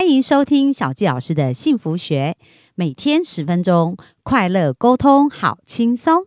欢迎收听小纪老师的幸福学，每天10分钟，快乐沟通，好轻松。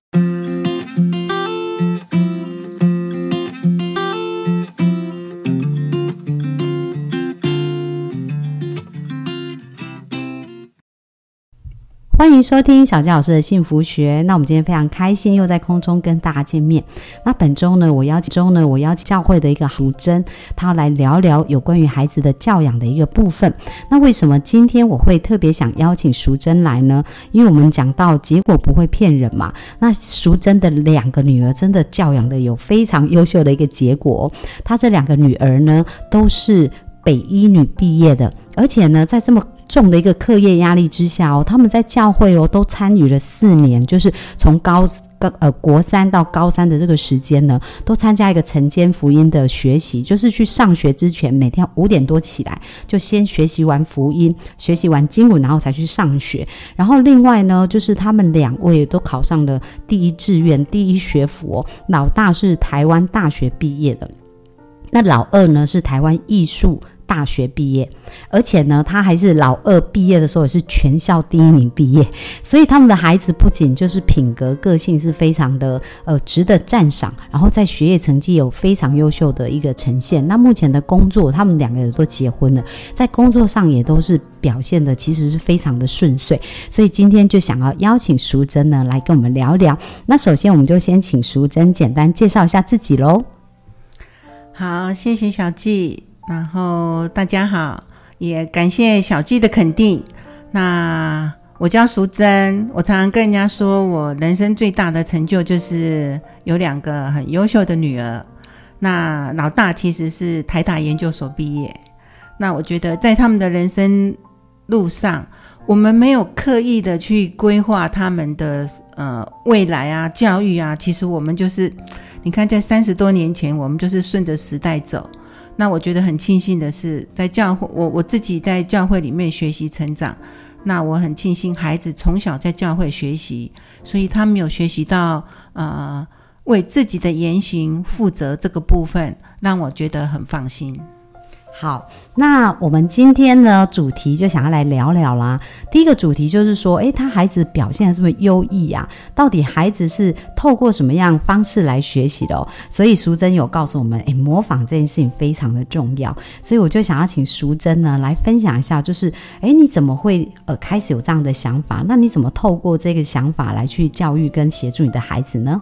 欢迎收听小纪老师的幸福学。那我们今天非常开心又在空中跟大家见面。那本周呢，我邀请教会的一个淑珍，她要来聊聊有关于孩子的教养的一个部分。那为什么今天我会特别想邀请淑珍来呢？因为我们讲到结果不会骗人嘛。那淑珍的2个女儿真的教养的有非常优秀的一个结果。她这2个女儿呢，都是北一女毕业的，而且呢，在这么重的一个课业压力之下他们在教会都参与了4年，就是从国3到高3的这个时间呢，都参加一个晨间福音的学习，就是去上学之前每天5点多起来，就先学习完福音，学习完经文，然后才去上学。然后另外呢，就是他们2位都考上了第1志愿第1学府老大是台湾大学毕业的，那老二呢是台湾艺术大学毕业，而且呢他还是老2毕业的时候也是全校第1名毕业。所以他们的孩子不仅就是品格个性是非常的值得赞赏，然后在学业成绩有非常优秀的一个呈现。那目前的工作他们2个人都结婚了，在工作上也都是表现的其实是非常的顺遂。所以今天就想要邀请淑珍呢来跟我们聊聊。那首先我们就先请淑珍简单介绍一下自己咯。 好，谢谢小纪，然后大家好，也感谢小纪的肯定。那我叫淑珍，我常常跟人家说我人生最大的成就就是有2个很优秀的女儿。那老大其实是台大研究所毕业，那我觉得在他们的人生路上，我们没有刻意的去规划他们的未来啊教育啊，其实我们就是你看在30多年前我们就是顺着时代走。那我觉得很庆幸的是在教会，我自己在教会里面学习成长，那我很庆幸孩子从小在教会学习，所以他们有学习到为自己的言行负责这个部分，让我觉得很放心。 好，那我们今天呢主题就想要来聊聊啦。第一个主题就是说他孩子表现得是不是优异啊？到底孩子是透过什么样方式来学习的所以淑珍有告诉我们模仿这件事情非常的重要。所以我就想要请淑珍呢来分享一下，就是你怎么会开始有这样的想法？那你怎么透过这个想法来去教育跟协助你的孩子呢？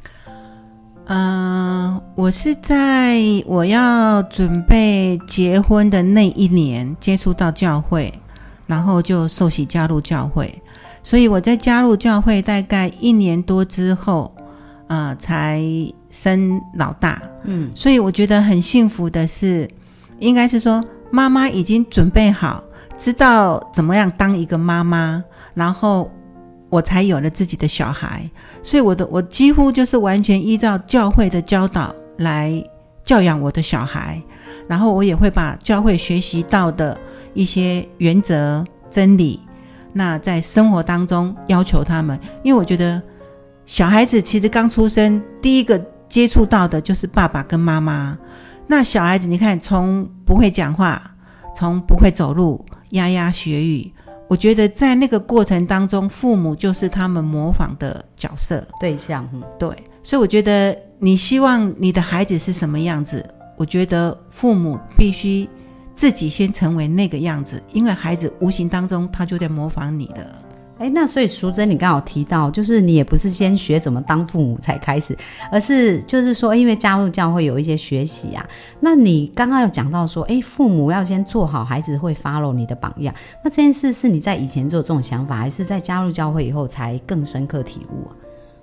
我是在我要准备结婚的那1年接触到教会，然后就受洗加入教会。所以我在加入教会大概1年多之后才生老大。所以我觉得很幸福的是，应该是说妈妈已经准备好，知道怎么样当一个妈妈，然后我才有了自己的小孩。所以我几乎就是完全依照教会的教导来教养我的小孩，然后我也会把教会学习到的一些原则真理，那在生活当中要求他们。因为我觉得小孩子其实刚出生第一个接触到的就是爸爸跟妈妈。那小孩子你看从不会讲话，从不会走路，牙牙学语，我觉得在那个过程当中，父母就是他们模仿的角色对象。 对，所以我觉得你希望你的孩子是什么样子，我觉得父母必须自己先成为那个样子，因为孩子无形当中他就在模仿你了。 那所以淑珍你刚好提到，就是你也不是先学怎么当父母才开始，而是就是说因为加入教会有一些学习啊。那你刚刚有讲到说父母要先做好，孩子会 follow 你的榜样。那这件事是你在以前就有这种想法，还是在加入教会以后才更深刻体悟啊？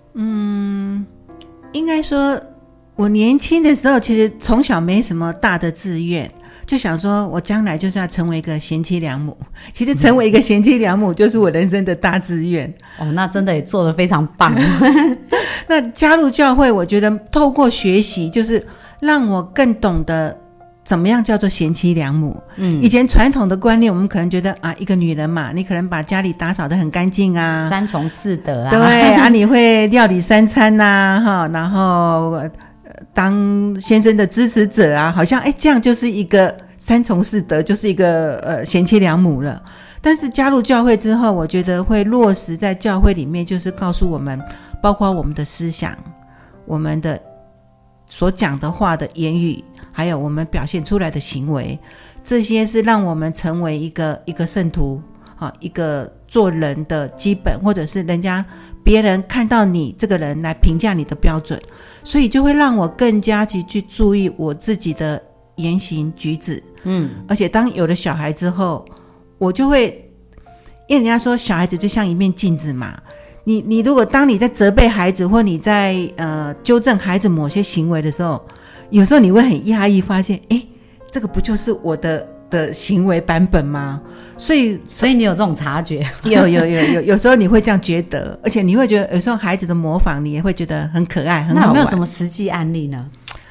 应该说我年轻的时候其实从小没什么大的志愿，就想说我将来就是要成为一个贤妻良母。其实成为一个贤妻良母就是我人生的大志愿。 那真的也做得非常棒。 那加入教会，我觉得透过学习就是让我更懂得怎么样叫做贤妻良母。以前传统的观念我们可能觉得一个女人嘛，你可能把家里打扫得很干净啊 ，3从4德啊， 对你会料理3餐啊，然后当先生的支持者啊，好像这样就是一个三从四德，就是一个贤妻良母了。但是加入教会之后，我觉得会落实在教会里面，就是告诉我们，包括我们的思想，我们的所讲的话的言语，还有我们表现出来的行为，这些是让我们成为一个圣徒，一个做人的基本，或者是别人看到你这个人来评价你的标准，所以就会让我更加去注意我自己的言行举止。而且当有了小孩之后，我就会，因为人家说小孩子就像一面镜子嘛，你如果当你在责备孩子，或你在纠正孩子某些行为的时候，有时候你会很讶异，发现这个不就是我的行为版本吗？所以你有这种察觉？ 有时候你会这样觉得，而且你会觉得有时候孩子的模仿你也会觉得很可爱，很好玩。 那有没有什么实际案例呢？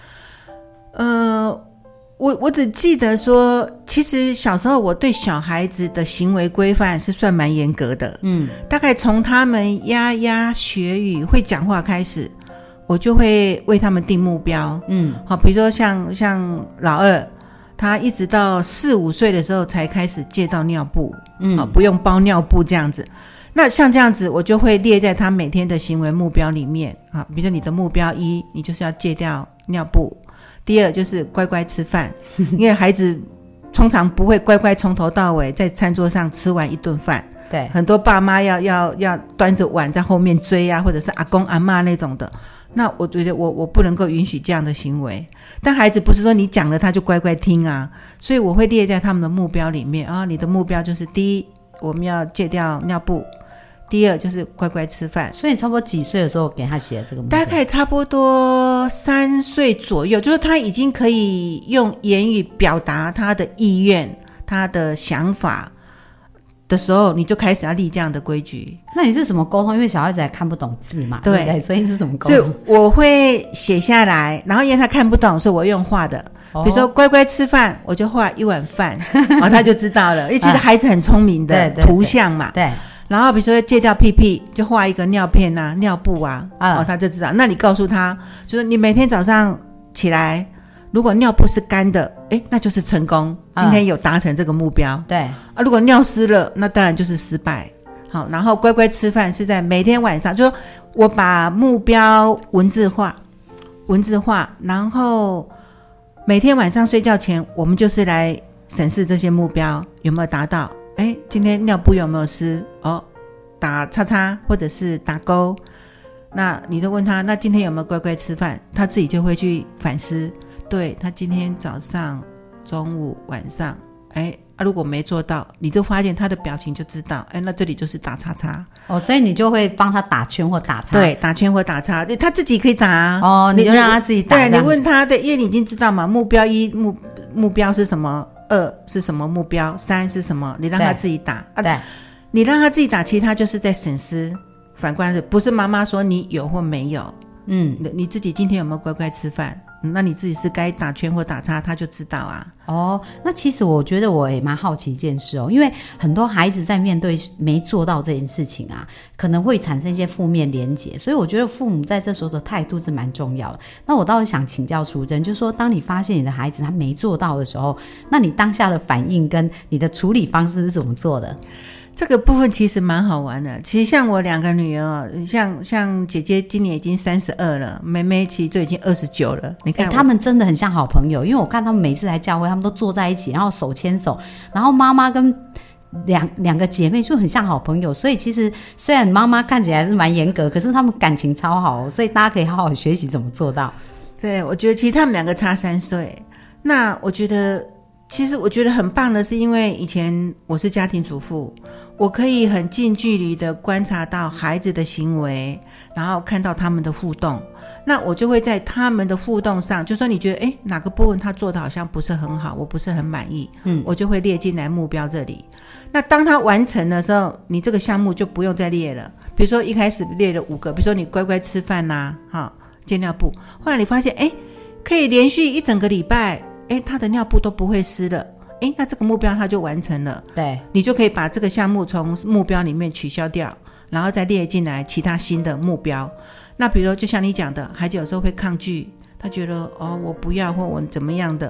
我只记得说，其实小时候我对小孩子的行为规范是算蛮严格的。大概从他们牙牙学语会讲话开始，我就会为他们定目标。好，比如说像老二，他一直到4、5岁的时候才开始戒到尿布，不用包尿布这样子。那像这样子，我就会列在他每天的行为目标里面啊。比如说你的目标1，你就是要戒掉尿布；第2就是乖乖吃饭，因为孩子通常不会乖乖从头到尾在餐桌上吃完一顿饭。 对， 很多爸妈要端着碗在后面追啊，或者是阿公阿嬷那种的。那我觉得我不能够允许这样的行为，但孩子不是说你讲了他就乖乖听啊，所以我会列在他们的目标里面啊。你的目标就是第1，我们要戒掉尿布；第2就是乖乖吃饭。 所以你差不多几岁的时候给他写这个目标？ 大概差不多3岁左右，就是他已经可以用言语表达他的意愿、他的想法的时候，你就开始要立这样的规矩。 那你是怎么沟通？因为小孩子还看不懂字嘛，对不对？所以你是怎么沟通？ 所以我会写下来，然后因为他看不懂，所以我用画的。比如说乖乖吃饭，我就画1碗饭，然后他就知道了。因为其实孩子很聪明的，图像嘛。对。然后比如说戒掉屁屁，就画一个尿片啊、尿布啊，他就知道。那你告诉他，就是你每天早上起来，如果尿布是干的，那就是成功，今天有达成这个目标。对啊，如果尿湿了，那当然就是失败。好，然后乖乖吃饭是在每天晚上，就说我把目标文字化，然后每天晚上睡觉前，我们就是来审视这些目标有没有达到。今天尿布有没有湿？打叉叉或者是打勾。那你就问他，那今天有没有乖乖吃饭？他自己就会去反思。对，他今天早上、中午、晚上，如果没做到，你就发现他的表情就知道，那这里就是打叉叉。 所以你就会帮他打圈或打叉。 对，打圈或打叉，他自己可以打。 你就让他自己打。 对，你问他的，因为你已经知道嘛，目标1目标是什么，2是什么目标，3是什么，你让他自己打。对，你让他自己打，其实他就是在审视。反观的不是妈妈说你有或没有，你自己今天有没有乖乖吃饭？那你自己是该打圈或打叉，他就知道啊。 那其实我觉得我也蛮好奇一件事因为很多孩子在面对没做到这件事情啊，可能会产生一些负面连结，所以我觉得父母在这时候的态度是蛮重要的。那我倒是想请教淑珍，就是说当你发现你的孩子他没做到的时候，那你当下的反应跟你的处理方式是怎么做的？ 这个部分其实蛮好玩的。其实像我2个女儿，像姐姐今年已经32了，妹妹其实就已经29了。你看， 他们真的很像好朋友，因为我看他们每次来教会，他们都坐在一起，然后手牵手，然后妈妈跟两个姐妹就很像好朋友。所以其实虽然妈妈看起来是蛮严格，可是他们感情超好所以大家可以好好学习怎么做到。 对，我觉得其实他们2个差3岁。那其实我觉得很棒的是，因为以前我是家庭主妇，我可以很近距离的观察到孩子的行为，然后看到他们的互动。那我就会在他们的互动上，就说你觉得哪个部分他做的好像不是很好，我不是很满意，我就会列进来目标这里。那当他完成的时候，你这个项目就不用再列了。比如说一开始列了5个，比如说你乖乖吃饭戒尿布，后来你发现可以连续1整个礼拜他的尿布都不会湿了，那这个目标他就完成了。对，你就可以把这个项目从目标里面取消掉，然后再列进来其他新的目标。那比如说就像你讲的，孩子有时候会抗拒，他觉得我不要或我怎么样的，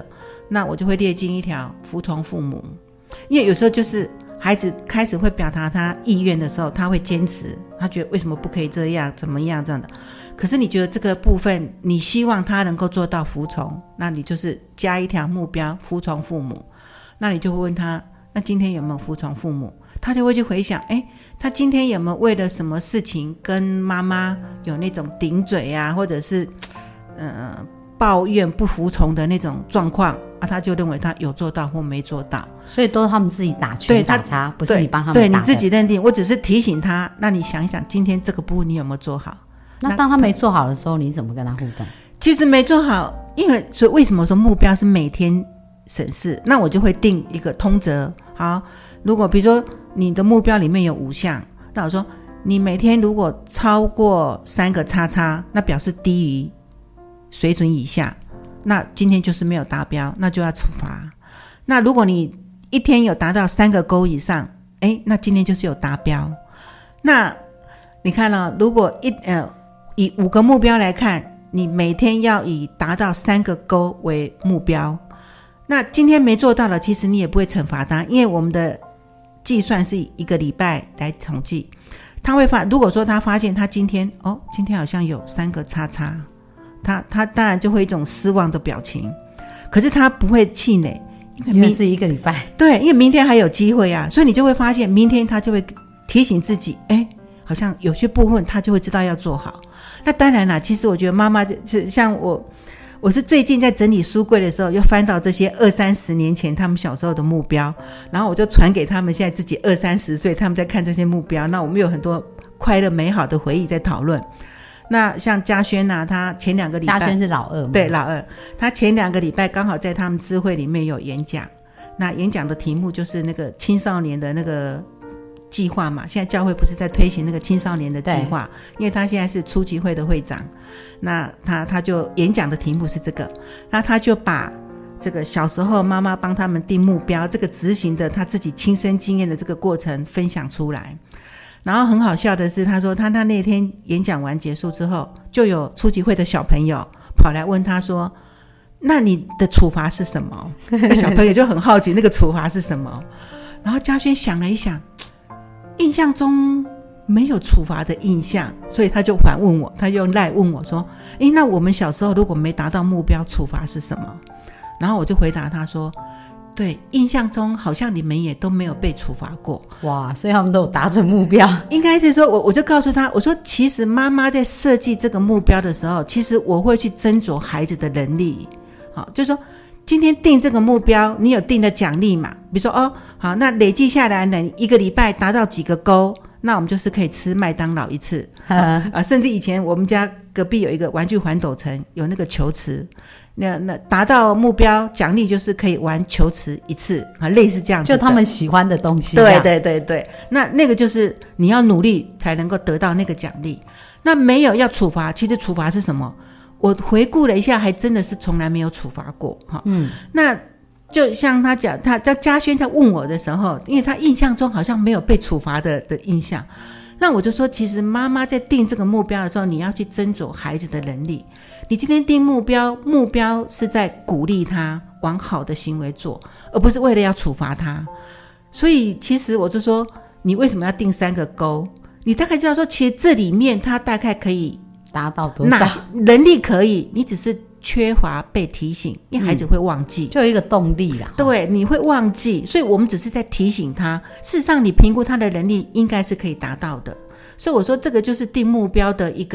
那我就会列进一条服从父母。因为有时候就是孩子开始会表达他意愿的时候，他会坚持，他觉得为什么不可以这样怎么样这样的。可是你觉得这个部分你希望他能够做到服从，那你就是加一条目标，服从父母。那你就会问他，那今天有没有服从父母？他就会去回想，他今天有没有为了什么事情跟妈妈有那种顶嘴啊，或者是抱怨不服从的那种状况啊？他就认为他有做到或没做到， 所以都是他们自己打拳打叉，不是你帮他们打的。 对，你自己认定，我只是提醒他，那你想一想今天这个部分你有没有做好。 那当他没做好的时候，你怎么跟他互动？ 其实没做好，所以为什么说目标是每天审视？那我就会定一个通则。好，如果比如说你的目标里面有5项，那我说你每天如果超过3个叉叉，那表示低于水准以下，那今天就是没有达标，那就要处罚。那如果你一天有达到3个勾以上，那今天就是有达标。那你看了，如果以5个目标来看，你每天要以达到3个勾为目标。那今天没做到的，其实你也不会惩罚他，因为我们的计算是1个礼拜来统计。他会如果说他发现他今天好像有3个叉叉，他当然就会一种失望的表情，可是他不会气馁， 因为是1个礼拜。 对，因为明天还有机会啊，所以你就会发现明天他就会提醒自己，好像有些部分他就会知道要做好。那当然啦，其实我觉得妈妈像我是最近在整理书柜的时候，又翻到这些20-30年前他们小时候的目标，然后我就传给他们现在自己20-30岁，他们在看这些目标，那我们有很多快乐美好的回忆在讨论。那像嘉轩啊，他前2个礼拜， 嘉轩是老2吗？ 对，老2，他前2个礼拜刚好在他们智慧里面有演讲，那演讲的题目就是那个青少年的那个计划嘛，现在教会不是在推行那个青少年的计划，因为他现在是初级会的会长，那他就演讲的题目是这个，那他就把这个小时候妈妈帮他们定目标，这个执行的他自己亲身经验的这个过程分享出来。然后很好笑的是，他说他那天演讲完结束之后，就有初级会的小朋友跑来问他说，那你的处罚是什么？那小朋友就很好奇那个处罚是什么。然后嘉轩想了一想，印象中没有处罚的印象，所以他就反问我，他用赖问我说，那我们小时候如果没达到目标，处罚是什么？然后我就回答他说，对，印象中好像你们也都没有被处罚过。 哇，所以他们都有达成目标。 应该是说我就告诉他，我说其实妈妈在设计这个目标的时候，其实我会去斟酌孩子的能力。好，就是说今天定这个目标，你有定的奖励嘛？比如说好，那累计下来呢，1个礼拜达到几个勾，那我们就是可以吃麦当劳1次甚至以前我们家隔壁有一个玩具环斗城，有那个球池，那达到目标奖励就是可以玩球池1次类似这样子的， 就他们喜欢的东西。 对对对对，那个就是你要努力才能够得到那个奖励。那没有要处罚，其实处罚是什么？我回顾了一下，还真的是从来没有处罚过那就像他讲，他在嘉轩在问我的时候，因为他印象中好像没有被处罚的印象，那我就说，其实妈妈在定这个目标的时候，你要去斟酌孩子的能力。你今天定目标是在鼓励他往好的行为做，而不是为了要处罚他。所以其实我就说，你为什么要定3个勾？你大概知道说，其实这里面他大概可以达到多少能力可以，你只是缺乏被提醒，因为孩子会忘记， 就有一个动力啦。 对，你会忘记，所以我们只是在提醒他，事实上你评估他的能力应该是可以达到的。所以我说这个就是定目标的一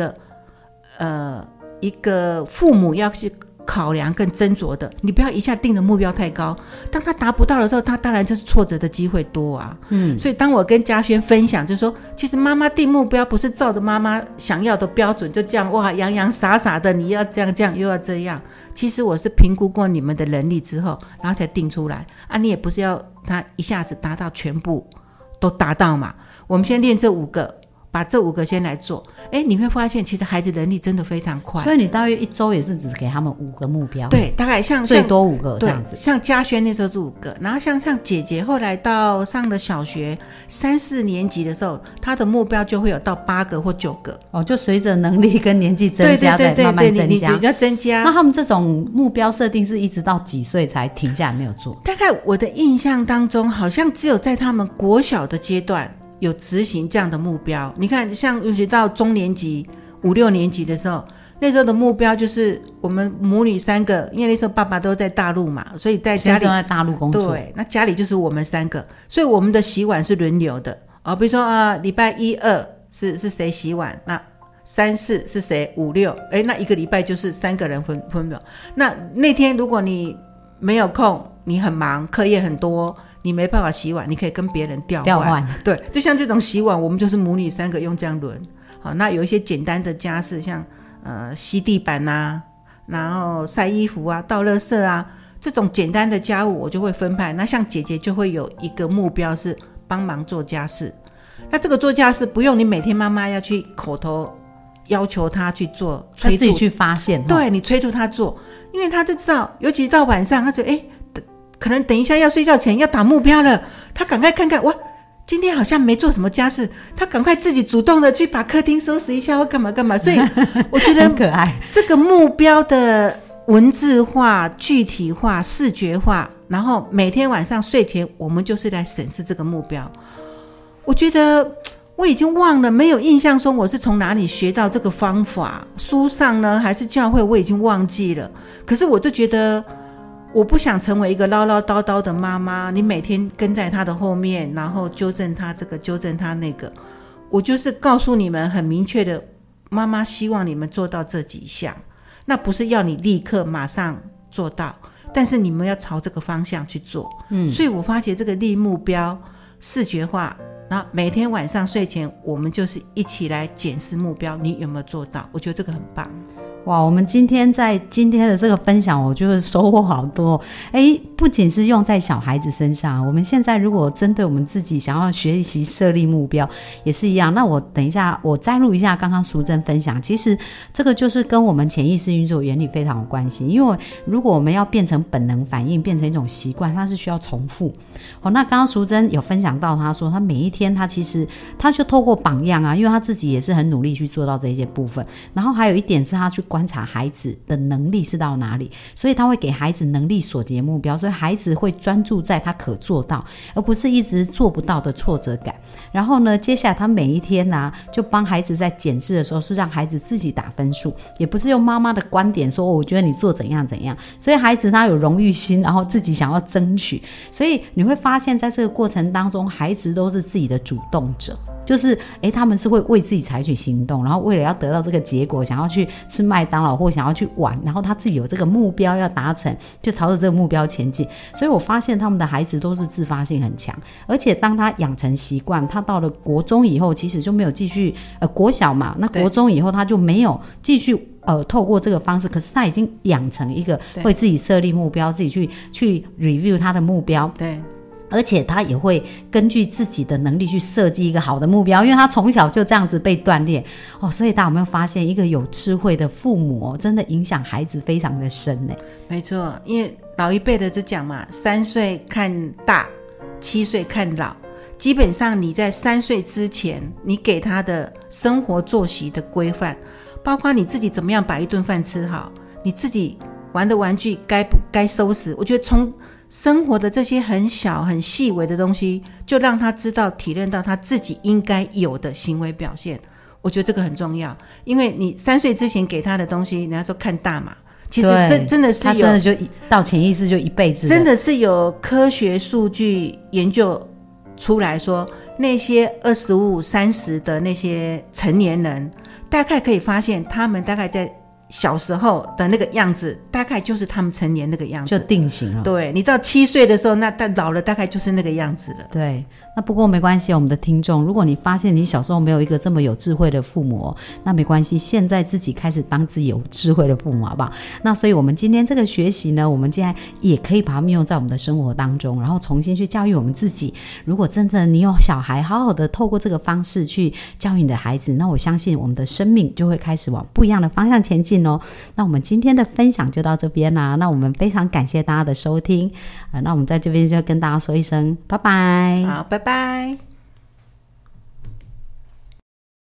个父母要去考量跟斟酌的，你不要一下定的目标太高，当他达不到的时候，他当然就是挫折的机会多啊。所以当我跟嘉轩分享，就是说其实妈妈定目标不是照着妈妈想要的标准就这样哇洋洋洒洒的，你要这样又要这样，其实我是评估过你们的能力之后，然后才定出来啊。你也不是要他一下子达到全部都达到嘛，我们先练这5 把这5个先来做，你会发现其实孩子能力真的非常快。 所以你大约1周也是只给他们5个目标？ 对，大概像最多5个这样子。 像嘉轩那时候是5个，然后像姐姐后来到上了小学3、4年级的时候，她的目标就会有到8个或9个。 就随着能力跟年纪增加，再慢慢增加。 你要增加。 那他们这种目标设定是一直到几岁才停下来没有做？ 大概我的印象当中，好像只有在他们国小的阶段有执行这样的目标。你看像尤其到中年级5、6年级的时候，那时候的目标就是我们母女3个，因为那时候爸爸都在大陆嘛，所以在家里都在大陆工作。 对，那家里就是我们3个，所以我们的洗碗是轮流的比如说礼拜1、2是谁洗碗，那3、4是谁，5、6那一个礼拜就是3个人分流。那天如果你没有空，你很忙，课业很多，你没办法洗碗，你可以跟别人调换。对，就像这种洗碗，我们就是母女3个用这样轮。好，那有一些简单的家事，像吸地板啊，然后晒衣服啊，倒垃圾啊，这种简单的家务我就会分派。那像姐姐就会有一个目标是帮忙做家事。那这个做家事不用你每天妈妈要去口头要求她去做， 她自己去发现。 对，你催促她做，因为她就知道，尤其到晚上，她就可能等一下要睡觉前要打目标了，她赶快看看，哇，今天好像没做什么家事，她赶快自己主动的去把客厅收拾一下或干嘛干嘛。所以我觉得很可爱。 这个目标的文字化、具体化、视觉化，然后每天晚上睡前我们就是来审视这个目标。我觉得我已经忘了，没有印象说我是从哪里学到这个方法，书上呢还是教会，我已经忘记了。可是我就觉得我不想成为一个唠唠叨叨的妈妈，你每天跟在她的后面，然后纠正她这个纠正她那个。我就是告诉你们很明确的，妈妈希望你们做到这几项，那不是要你立刻马上做到，但是你们要朝这个方向去做。所以我发觉这个立目标视觉化，然后每天晚上睡前我们就是一起来检视目标，你有没有做到？我觉得这个很棒。 哇，我们今天的这个分享，我觉得收获好多。不仅是用在小孩子身上，我们现在如果针对我们自己想要学习设立目标也是一样。那我等一下我摘录一下刚刚淑珍分享，其实这个就是跟我们潜意识运作原理非常有关系。因为如果我们要变成本能反应，变成一种习惯，它是需要重复。那刚刚淑珍有分享到，她说她每一天她就透过榜样啊，因为她自己也是很努力去做到这些部分。然后还有一点是她去观察孩子的能力是到哪里，所以她会给孩子能力所及的目标，所以孩子会专注在他可做到，而不是一直做不到的挫折感。然后呢，接下来他每一天啊，就帮孩子在检视的时候是让孩子自己打分数，也不是用妈妈的观点说我觉得你做怎样怎样，所以孩子他有荣誉心，然后自己想要争取。所以你会发现在这个过程当中，孩子都是自己的主动者，就是他们是会为自己采取行动，然后为了要得到这个结果，想要去吃麦当劳或想要去玩，然后他自己有这个目标要达成，就朝着这个目标前进。所以我发现他们的孩子都是自发性很强，而且当他养成习惯，他到了国中以后其实就没有继续国小嘛，那国中以后他就没有继续透过这个方式，可是他已经养成一个会自己设立目标，自己去 review 他的目标。 对， 而且他也会根据自己的能力去设计一个好的目标，因为他从小就这样子被锻炼所以大家有没有发现，一个有智慧的父母真的影响孩子非常的深呢？ 没错，因为老一辈的只讲嘛，3岁看大，7岁看老。基本上你在3岁之前，你给他的生活作息的规范，包括你自己怎么样把一顿饭吃好，你自己玩的玩具该收拾，我觉得从生活的这些很小很细微的东西，就让他知道体认到他自己应该有的行为表现。我觉得这个很重要，因为你3岁之前给他的东西，人家说看大嘛，其实真的是有， 他真的就到潜意识就一辈子， 真的是有科学数据研究出来说，那些25、30的那些成年人，大概可以发现他们大概在小时候的那个样子，大概就是他们成年那个样子， 就定型了。 对，你到7岁的时候，那老了大概就是那个样子了。 对，那不过没关系，我们的听众，如果你发现你小时候没有一个这么有智慧的父母，那没关系，现在自己开始当自己有智慧的父母，好不好？那所以我们今天这个学习呢，我们现在也可以把它运用在我们的生活当中，然后重新去教育我们自己。如果真的你有小孩，好好的透过这个方式去教育你的孩子，那我相信我们的生命就会开始往不一样的方向前进哦。那我们今天的分享就到这边啦，那我们非常感谢大家的收听，那我们在这边就跟大家说一声拜拜。 好，拜拜。